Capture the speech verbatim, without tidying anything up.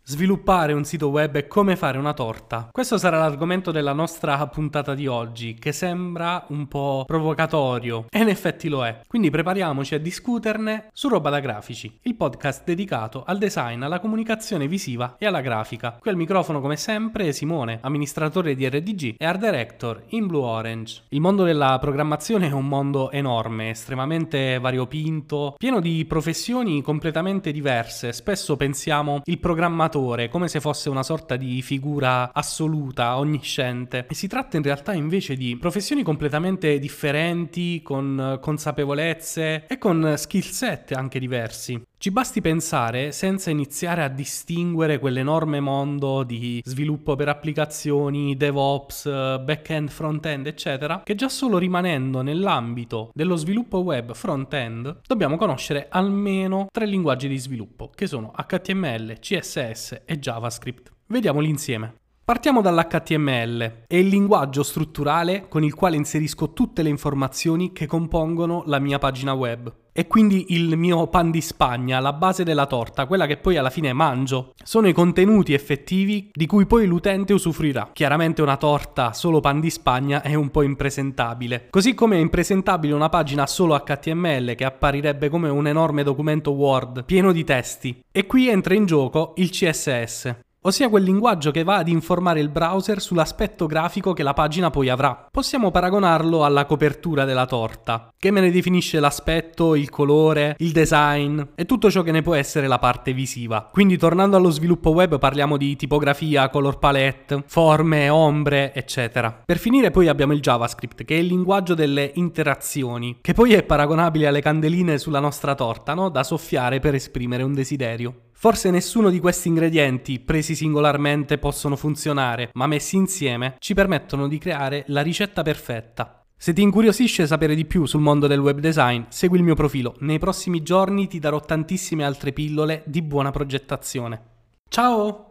Sviluppare un sito web e come fare una torta. Questo sarà l'argomento della nostra puntata di oggi, che sembra un po' provocatorio, e in effetti lo è. Quindi prepariamoci a discuterne su Roba da Grafici, il podcast dedicato al design, alla comunicazione visiva e alla grafica. Qui al microfono, come sempre, Simone, amministratore di R D G e Art Director in Blue Orange. Il mondo della programmazione è un mondo enorme, estremamente variopinto, pieno di professioni completamente diverse. Spesso pensiamo il programmatore come se fosse una sorta di figura assoluta, onnisciente, e si tratta in realtà invece di professioni completamente differenti, con consapevolezze e con skill set anche diversi. Ci basti pensare, senza iniziare a distinguere quell'enorme mondo di sviluppo per applicazioni, DevOps, back-end, front-end, eccetera, che già solo rimanendo nell'ambito dello sviluppo web front-end dobbiamo conoscere almeno tre linguaggi di sviluppo, che sono H T M L, C S S e JavaScript. Vediamoli insieme. Partiamo dall'H T M L, è il linguaggio strutturale con il quale inserisco tutte le informazioni che compongono la mia pagina web. È quindi il mio pan di Spagna, la base della torta, quella che poi alla fine mangio. Sono i contenuti effettivi di cui poi l'utente usufruirà. Chiaramente una torta solo pan di Spagna è un po' impresentabile. Così come è impresentabile una pagina solo H T M L che apparirebbe come un enorme documento Word pieno di testi. E qui entra in gioco il C S S. Ossia quel linguaggio che va ad informare il browser sull'aspetto grafico che la pagina poi avrà. Possiamo paragonarlo alla copertura della torta, che me ne definisce l'aspetto, il colore, il design e tutto ciò che ne può essere la parte visiva. Quindi tornando allo sviluppo web parliamo di tipografia, color palette, forme, ombre, eccetera. Per finire poi abbiamo il JavaScript, che è il linguaggio delle interazioni, che poi è paragonabile alle candeline sulla nostra torta, no? Da soffiare per esprimere un desiderio. Forse nessuno di questi ingredienti, presi singolarmente, possono funzionare, ma messi insieme ci permettono di creare la ricetta perfetta. Se ti incuriosisce sapere di più sul mondo del web design, segui il mio profilo. Nei prossimi giorni ti darò tantissime altre pillole di buona progettazione. Ciao!